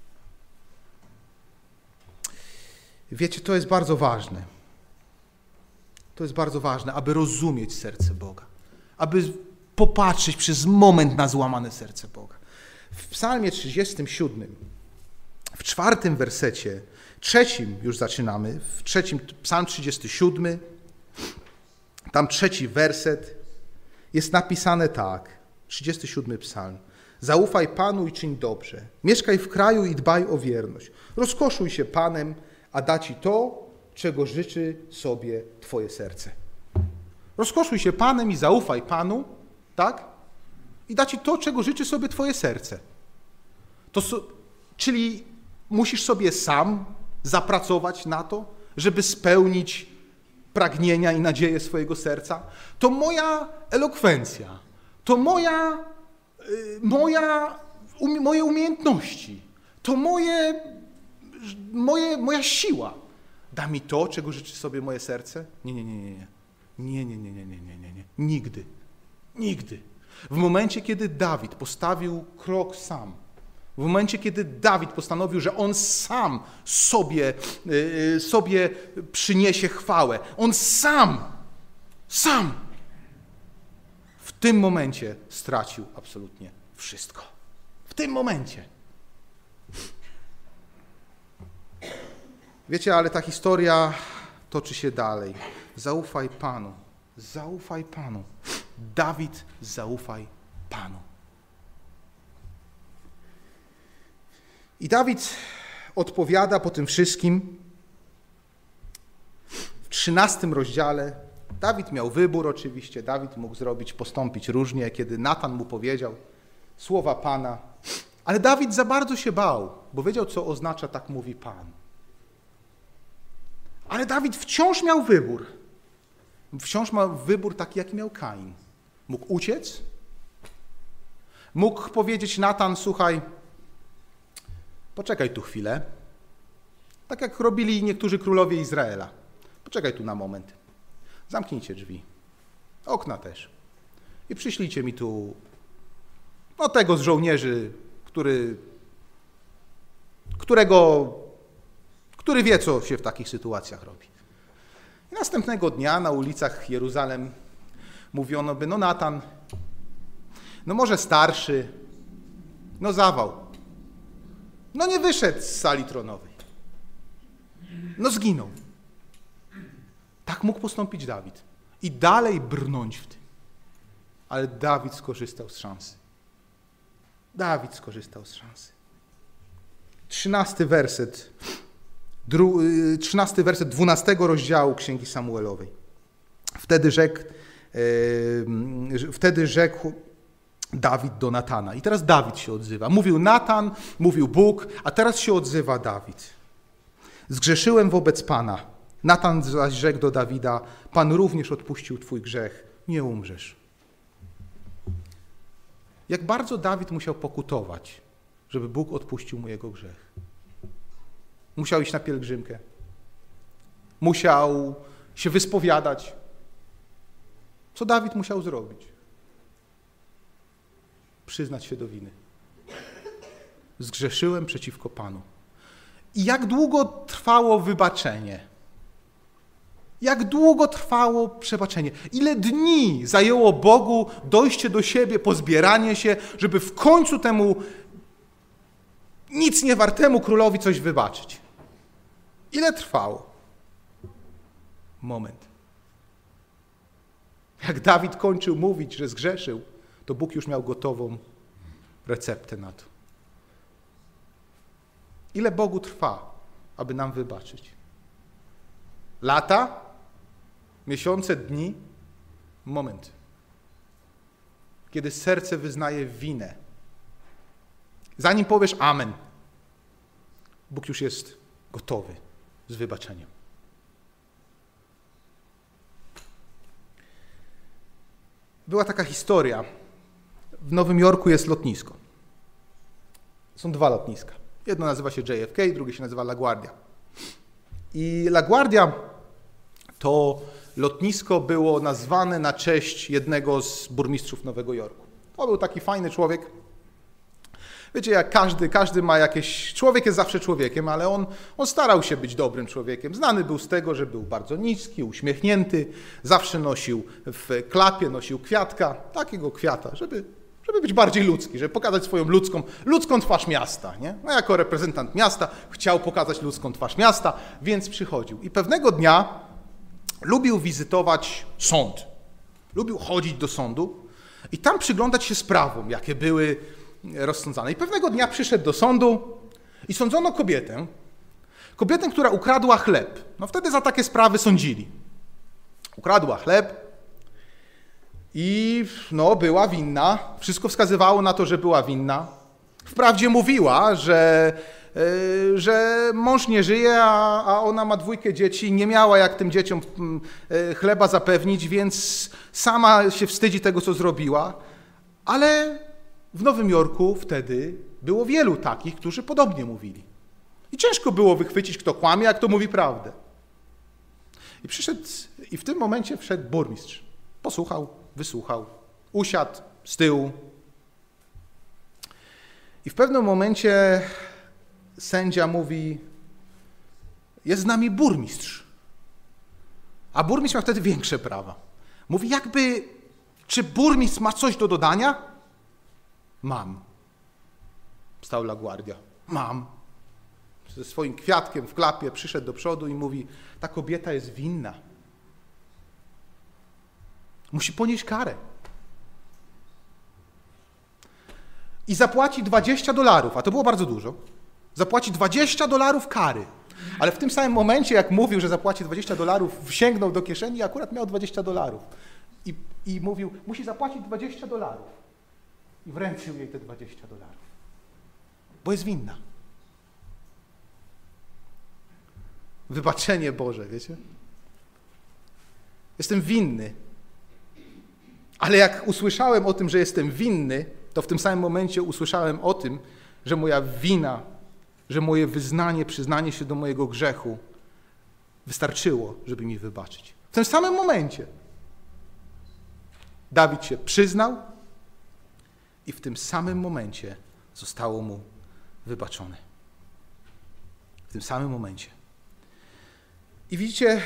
Wiecie, to jest bardzo ważne. To jest bardzo ważne, aby rozumieć serce Boga. Aby popatrzeć przez moment na złamane serce Boga. W psalmie trzydziestym siódmym, w czwartym wersecie, trzecim już zaczynamy, w trzecim, psalm trzydziesty siódmy, tam trzeci werset, jest napisane tak, trzydziesty siódmy psalm. Zaufaj Panu i czyń dobrze. Mieszkaj w kraju i dbaj o wierność. Rozkoszuj się Panem, a da ci to, czego życzy sobie twoje serce. Rozkoszuj się Panem i zaufaj Panu, tak? I da ci to, czego życzy sobie twoje serce. To, czyli musisz sobie sam zapracować na to, żeby spełnić pragnienia i nadzieje swojego serca. To moja elokwencja, to moja, moja, um, moje umiejętności, to moje, moje, moja siła da mi to, czego życzy sobie moje serce? Nie, nie, nie, nie, nie. Nie, nie, nie, nie, nie, nie, nie, nie. Nigdy. Nigdy. W momencie, kiedy Dawid postawił krok sam, w momencie, kiedy Dawid postanowił, że on sam sobie, sobie przyniesie chwałę, on sam Sam. W tym momencie stracił absolutnie wszystko. W tym momencie. Wiecie, ale ta historia toczy się dalej. Zaufaj Panu. Zaufaj Panu. Dawid, zaufaj Panu. I Dawid odpowiada po tym wszystkim w trzynastym rozdziale. Dawid miał wybór oczywiście. Dawid mógł zrobić, postąpić różnie, kiedy Natan mu powiedział słowa Pana. Ale Dawid za bardzo się bał, bo wiedział, co oznacza tak mówi Pan. Ale Dawid wciąż miał wybór. Wciąż miał wybór taki, jaki miał Kain. Mógł uciec. Mógł powiedzieć Natan, słuchaj, poczekaj tu chwilę. Tak jak robili niektórzy królowie Izraela. Poczekaj tu na moment. Zamknijcie drzwi. Okna też. I przyślijcie mi tu no tego z żołnierzy, który, którego, który wie, co się w takich sytuacjach robi. I następnego dnia na ulicach Jeruzalem mówiono by, no Natan, no może starszy, no zawał. No nie wyszedł z sali tronowej. No zginął. Tak mógł postąpić Dawid. I dalej brnąć w tym. Ale Dawid skorzystał z szansy. Dawid skorzystał z szansy. Trzynasty werset. Dru, trzynasty werset dwunastego rozdziału Księgi Samuelowej. Wtedy rzekł, yy, wtedy rzekł Dawid do Natana. I teraz Dawid się odzywa. Mówił Natan, mówił Bóg, a teraz się odzywa Dawid. Zgrzeszyłem wobec Pana. Natan zaś rzekł do Dawida, Pan również odpuścił twój grzech, nie umrzesz. Jak bardzo Dawid musiał pokutować, żeby Bóg odpuścił mu jego grzech. Musiał iść na pielgrzymkę. Musiał się wyspowiadać. Co Dawid musiał zrobić? Przyznać się do winy. Zgrzeszyłem przeciwko Panu. I jak długo trwało wybaczenie? Jak długo trwało przebaczenie? Ile dni zajęło Bogu dojście do siebie, pozbieranie się, żeby w końcu temu nic niewartemu królowi coś wybaczyć? Ile trwało? Moment. Jak Dawid kończył mówić, że zgrzeszył, to Bóg już miał gotową receptę na to. Ile Bogu trwa, aby nam wybaczyć? Lata? Miesiące? Dni? Moment. Kiedy serce wyznaje winę. Zanim powiesz amen, Bóg już jest gotowy z wybaczeniem. Była taka historia. W Nowym Jorku jest lotnisko. Są dwa lotniska. Jedno nazywa się J F K, drugie się nazywa LaGuardia. I LaGuardia to lotnisko było nazwane na cześć jednego z burmistrzów Nowego Jorku. To był taki fajny człowiek. Wiecie, jak każdy, każdy ma jakieś... Człowiek jest zawsze człowiekiem, ale on, on starał się być dobrym człowiekiem. Znany był z tego, że był bardzo niski, uśmiechnięty. Zawsze nosił w klapie, nosił kwiatka, takiego kwiata, żeby, żeby być bardziej ludzki, żeby pokazać swoją ludzką, ludzką twarz miasta. Nie? No, jako reprezentant miasta chciał pokazać ludzką twarz miasta, więc przychodził. I pewnego dnia lubił wizytować sąd. Lubił chodzić do sądu i tam przyglądać się sprawom, jakie były rozsądzane. I pewnego dnia przyszedł do sądu i sądzono kobietę. Kobietę, która ukradła chleb. No wtedy za takie sprawy sądzili. Ukradła chleb i no, była winna. Wszystko wskazywało na to, że była winna. Wprawdzie mówiła, że, yy, że mąż nie żyje, a, a ona ma dwójkę dzieci. Nie miała jak tym dzieciom yy, chleba zapewnić, więc sama się wstydzi tego, co zrobiła. Ale w Nowym Jorku wtedy było wielu takich, którzy podobnie mówili. I ciężko było wychwycić, kto kłamie, a kto mówi prawdę. I przyszedł, i w tym momencie wszedł burmistrz. Posłuchał, wysłuchał, usiadł z tyłu. I w pewnym momencie sędzia mówi, jest z nami burmistrz. A burmistrz ma wtedy większe prawa. Mówi jakby, czy burmistrz ma coś do dodania? Mam. Stał La Guardia. Mam. Ze swoim kwiatkiem w klapie przyszedł do przodu i mówi, ta kobieta jest winna. Musi ponieść karę. I zapłaci dwadzieścia dolarów, a to było bardzo dużo. Zapłaci dwadzieścia dolarów kary. Ale w tym samym momencie, jak mówił, że zapłaci dwadzieścia dolarów, sięgnął do kieszeni i akurat miał dwadzieścia dolarów. I, I mówił, musi zapłacić dwadzieścia dolarów. I wręczył jej te dwadzieścia dolarów. Bo jest winna. Wybaczenie Boże, wiecie? Jestem winny. Ale jak usłyszałem o tym, że jestem winny, to w tym samym momencie usłyszałem o tym, że moja wina, że moje wyznanie, przyznanie się do mojego grzechu wystarczyło, żeby mi wybaczyć. W tym samym momencie Dawid się przyznał i w tym samym momencie zostało mu wybaczone. W tym samym momencie. I widzicie,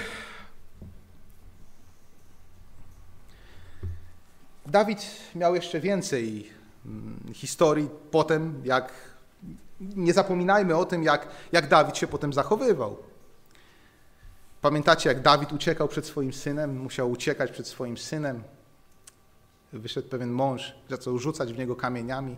Dawid miał jeszcze więcej historii potem, jak nie zapominajmy o tym, jak, jak Dawid się potem zachowywał. Pamiętacie, jak Dawid uciekał przed swoim synem, musiał uciekać przed swoim synem. Wyszedł pewien mąż, zaczął rzucać w niego kamieniami.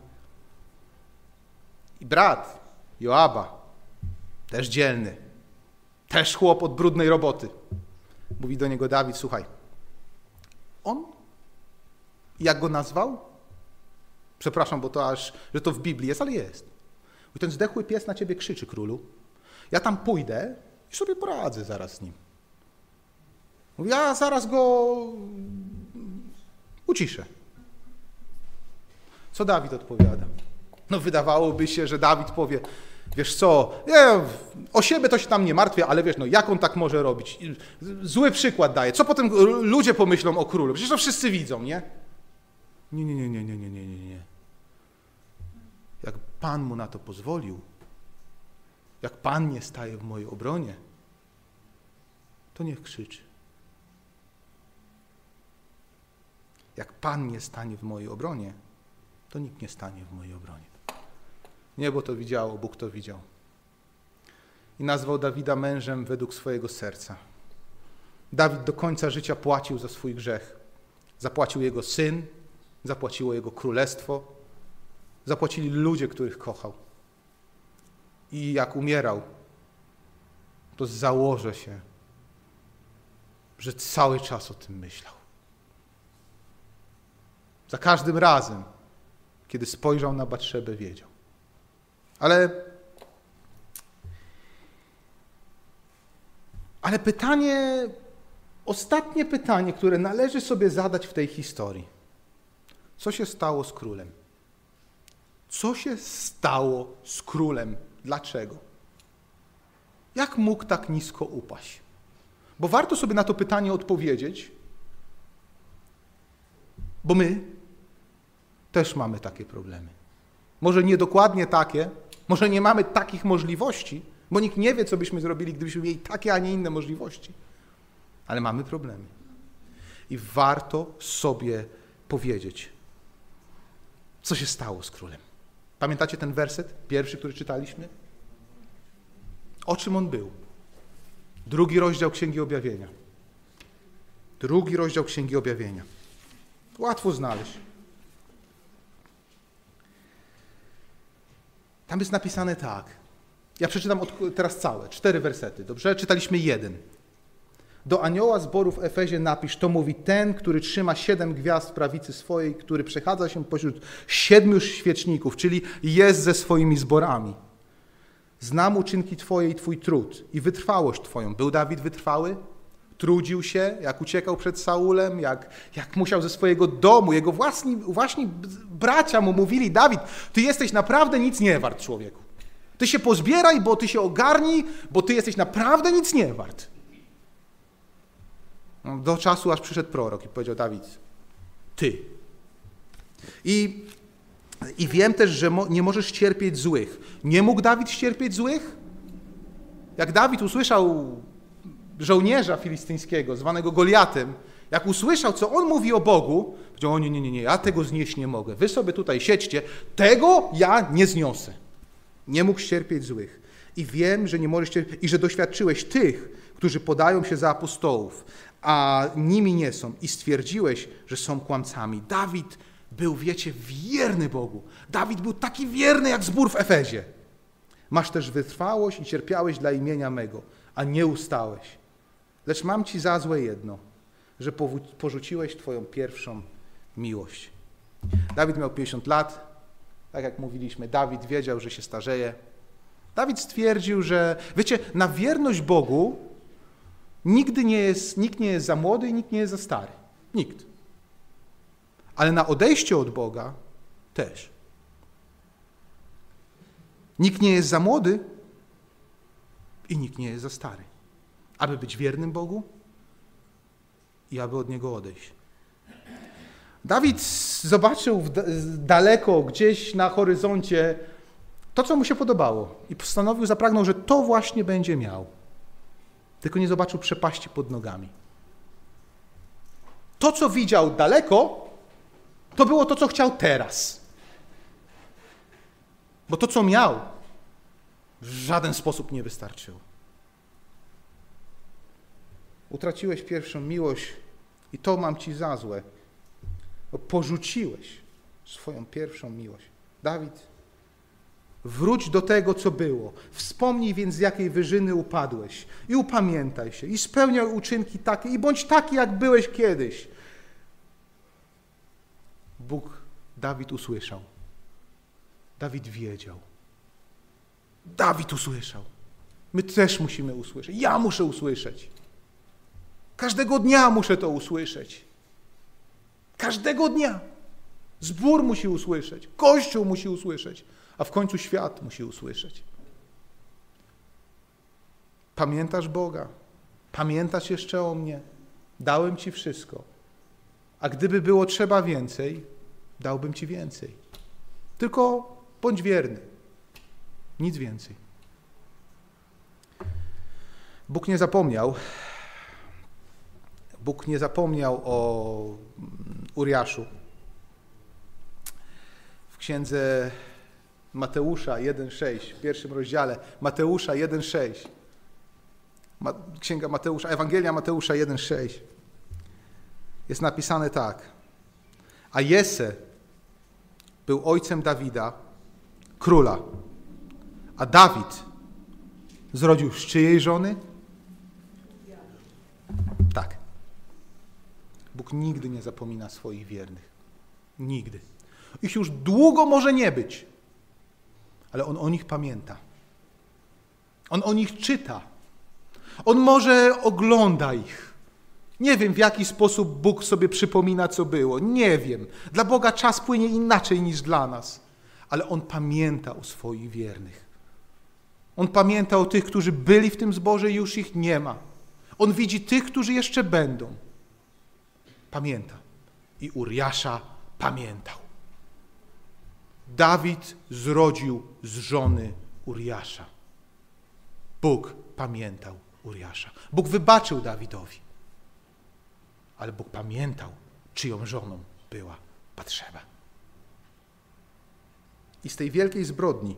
I brat Joaba, też dzielny, też chłop od brudnej roboty, mówi do niego Dawid, słuchaj, on, jak go nazwał? Przepraszam, bo to aż, że to w Biblii jest, ale jest. I ten zdechły pies na ciebie krzyczy, królu. Ja tam pójdę i sobie poradzę zaraz z nim. Mówi, ja zaraz go uciszę. Co Dawid odpowiada? No wydawałoby się, że Dawid powie, wiesz co, nie, o siebie to się tam nie martwię, ale wiesz, no jak on tak może robić? Zły przykład daje. Co potem ludzie pomyślą o królu? Przecież to wszyscy widzą, nie? Nie, nie, nie, nie, nie, nie, nie, nie, nie. Jak Pan mu na to pozwolił, jak Pan nie staje w mojej obronie, to niech krzyczy. Jak Pan nie stanie w mojej obronie, to nikt nie stanie w mojej obronie. Niebo to widziało, Bóg to widział. I nazwał Dawida mężem według swojego serca. Dawid do końca życia płacił za swój grzech. Zapłacił jego syn, zapłaciło jego królestwo, zapłacili ludzie, których kochał. I jak umierał, to założę się, że cały czas o tym myślał. Za każdym razem, kiedy spojrzał na Batszebę, wiedział. Ale, ale pytanie, ostatnie pytanie, które należy sobie zadać w tej historii. Co się stało z królem? Co się stało z królem? Dlaczego? Jak mógł tak nisko upaść? Bo warto sobie na to pytanie odpowiedzieć, bo my też mamy takie problemy. Może nie dokładnie takie, może nie mamy takich możliwości, bo nikt nie wie, co byśmy zrobili, gdybyśmy mieli takie, a nie inne możliwości. Ale mamy problemy. I warto sobie powiedzieć, co się stało z królem. Pamiętacie ten werset, pierwszy, który czytaliśmy? O czym on był? Drugi rozdział Księgi Objawienia. Drugi rozdział Księgi Objawienia. Łatwo znaleźć. Tam jest napisane tak. Ja przeczytam od, teraz całe, cztery wersety. Dobrze? Czytaliśmy jeden. Do anioła zboru w Efezie napisz, to mówi ten, który trzyma siedem gwiazd w prawicy swojej, który przechadza się pośród siedmiu świeczników, czyli jest ze swoimi zborami. Znam uczynki Twoje i Twój trud i wytrwałość Twoją. Był Dawid wytrwały? Trudził się, jak uciekał przed Saulem, jak, jak musiał ze swojego domu, jego własni, właśnie bracia mu mówili, Dawid, Ty jesteś naprawdę nic nie wart, człowieku. Ty się pozbieraj, bo Ty się ogarnij, bo Ty jesteś naprawdę nic nie wart. No, do czasu, aż przyszedł prorok i powiedział, Dawid, Ty. I, i wiem też, że mo, nie możesz cierpieć złych. Nie mógł Dawid cierpieć złych? Jak Dawid usłyszał żołnierza filistyńskiego, zwanego Goliatem, Jak usłyszał, co on mówi o Bogu, powiedział, o nie, nie, nie, nie, ja tego znieść nie mogę. Wy sobie tutaj siedźcie, tego ja nie zniosę. Nie mógł cierpieć złych. I wiem, że nie możesz cierpieć, i że doświadczyłeś tych, którzy podają się za apostołów, a nimi nie są. I stwierdziłeś, że są kłamcami. Dawid był, wiecie, wierny Bogu. Dawid był taki wierny jak zbór w Efezie. Masz też wytrwałość i cierpiałeś dla imienia mego, a nie ustałeś. Lecz mam ci za złe jedno, że porzuciłeś twoją pierwszą miłość. Dawid miał pięćdziesiąt lat, tak jak mówiliśmy, Dawid wiedział, że się starzeje. Dawid stwierdził, że, wiecie, na wierność Bogu nigdy nie jest, nikt nie jest za młody i nikt nie jest za stary. Nikt. Ale na odejście od Boga też. Nikt nie jest za młody i nikt nie jest za stary. Aby być wiernym Bogu i aby od Niego odejść. Dawid zobaczył daleko, gdzieś na horyzoncie to, co mu się podobało i postanowił, zapragnął, że to właśnie będzie miał. Tylko nie zobaczył przepaści pod nogami. To, co widział daleko, to było to, co chciał teraz. Bo to, co miał, w żaden sposób nie wystarczyło. Utraciłeś pierwszą miłość i to mam ci za złe, bo porzuciłeś swoją pierwszą miłość. Dawid, wróć do tego, co było. Wspomnij więc, z jakiej wyżyny upadłeś i upamiętaj się i spełniaj uczynki takie i bądź taki, jak byłeś kiedyś. Bóg, Dawid usłyszał. Dawid wiedział. Dawid usłyszał. My też musimy usłyszeć. Ja muszę usłyszeć. Każdego dnia muszę to usłyszeć. Każdego dnia. Zbór musi usłyszeć. Kościół musi usłyszeć. A w końcu świat musi usłyszeć. Pamiętasz Boga? Pamiętasz jeszcze o mnie? Dałem ci wszystko. A gdyby było trzeba więcej, dałbym ci więcej. Tylko bądź wierny. Nic więcej. Bóg nie zapomniał. Bóg nie zapomniał o Uriaszu. W księdze Mateusza jeden sześć, w pierwszym rozdziale Mateusza jeden sześć. Księga Mateusza, Ewangelia Mateusza jeden sześć. Jest napisane tak. A Jesse był ojcem Dawida, króla. A Dawid zrodził z czyjej żony? Tak. Bóg nigdy nie zapomina swoich wiernych. Nigdy. Ich już długo może nie być, ale On o nich pamięta. On o nich czyta. On może ogląda ich. Nie wiem, w jaki sposób Bóg sobie przypomina, co było. Nie wiem. Dla Boga czas płynie inaczej niż dla nas. Ale On pamięta o swoich wiernych. On pamięta o tych, którzy byli w tym zborze i już ich nie ma. On widzi tych, którzy jeszcze będą. Pamięta. I Uriasza pamiętał. Dawid zrodził z żony Uriasza. Bóg pamiętał Uriasza. Bóg wybaczył Dawidowi. Ale Bóg pamiętał, czyją żoną była Batszeba. I z tej wielkiej zbrodni,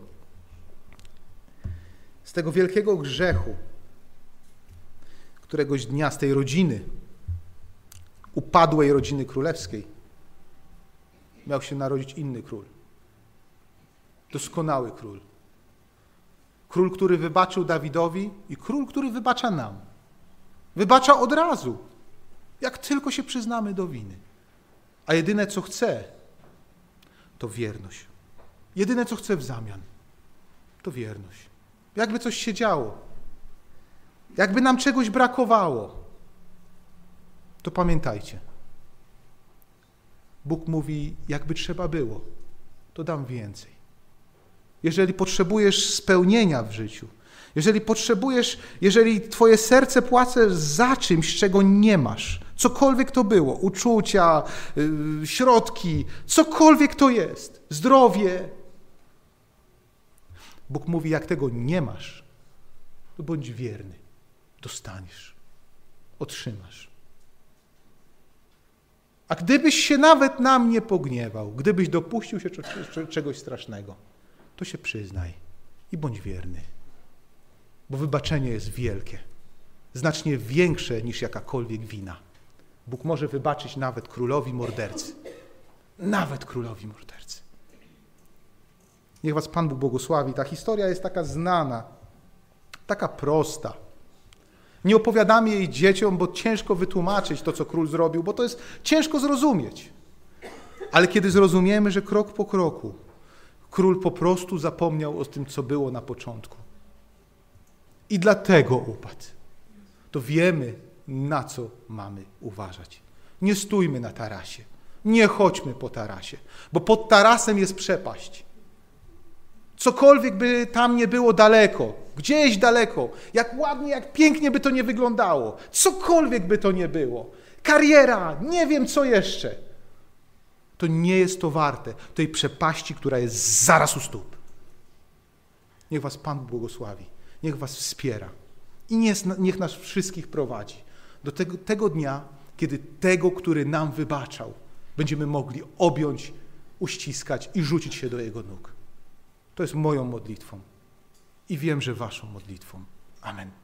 z tego wielkiego grzechu, któregoś dnia z tej rodziny, upadłej rodziny królewskiej, miał się narodzić inny król. Doskonały król. Król, który wybaczył Dawidowi i król, który wybacza nam. Wybacza od razu, jak tylko się przyznamy do winy. A jedyne, co chce, to wierność. Jedyne, co chce w zamian, to wierność. Jakby coś się działo, jakby nam czegoś brakowało, to pamiętajcie. Bóg mówi, jakby trzeba było, to dam więcej. Jeżeli potrzebujesz spełnienia w życiu, jeżeli potrzebujesz, jeżeli twoje serce płacze za czymś, czego nie masz, cokolwiek to było, uczucia, yy, środki, cokolwiek to jest, zdrowie. Bóg mówi, jak tego nie masz, to bądź wierny, dostaniesz, otrzymasz. A gdybyś się nawet na mnie pogniewał, gdybyś dopuścił się czegoś strasznego, to się przyznaj i bądź wierny. Bo wybaczenie jest wielkie, znacznie większe niż jakakolwiek wina. Bóg może wybaczyć nawet królowi mordercy. Nawet królowi mordercy. Niech was Pan Bóg błogosławi. Ta historia jest taka znana, taka prosta. Nie opowiadamy jej dzieciom, bo ciężko wytłumaczyć to, co król zrobił, bo to jest ciężko zrozumieć. Ale kiedy zrozumiemy, że krok po kroku król po prostu zapomniał o tym, co było na początku. I dlatego upadł. To wiemy, na co mamy uważać. Nie stójmy na tarasie. Nie chodźmy po tarasie, bo pod tarasem jest przepaść. Cokolwiek by tam nie było daleko, gdzieś daleko, jak ładnie, jak pięknie by to nie wyglądało, cokolwiek by to nie było, kariera, nie wiem co jeszcze, to nie jest to warte tej przepaści, która jest zaraz u stóp. Niech was Pan błogosławi, niech was wspiera i niech nas wszystkich prowadzi do tego, tego dnia, kiedy tego, który nam wybaczał, będziemy mogli objąć, uściskać i rzucić się do Jego nóg. To jest moją modlitwą i wiem, że waszą modlitwą. Amen.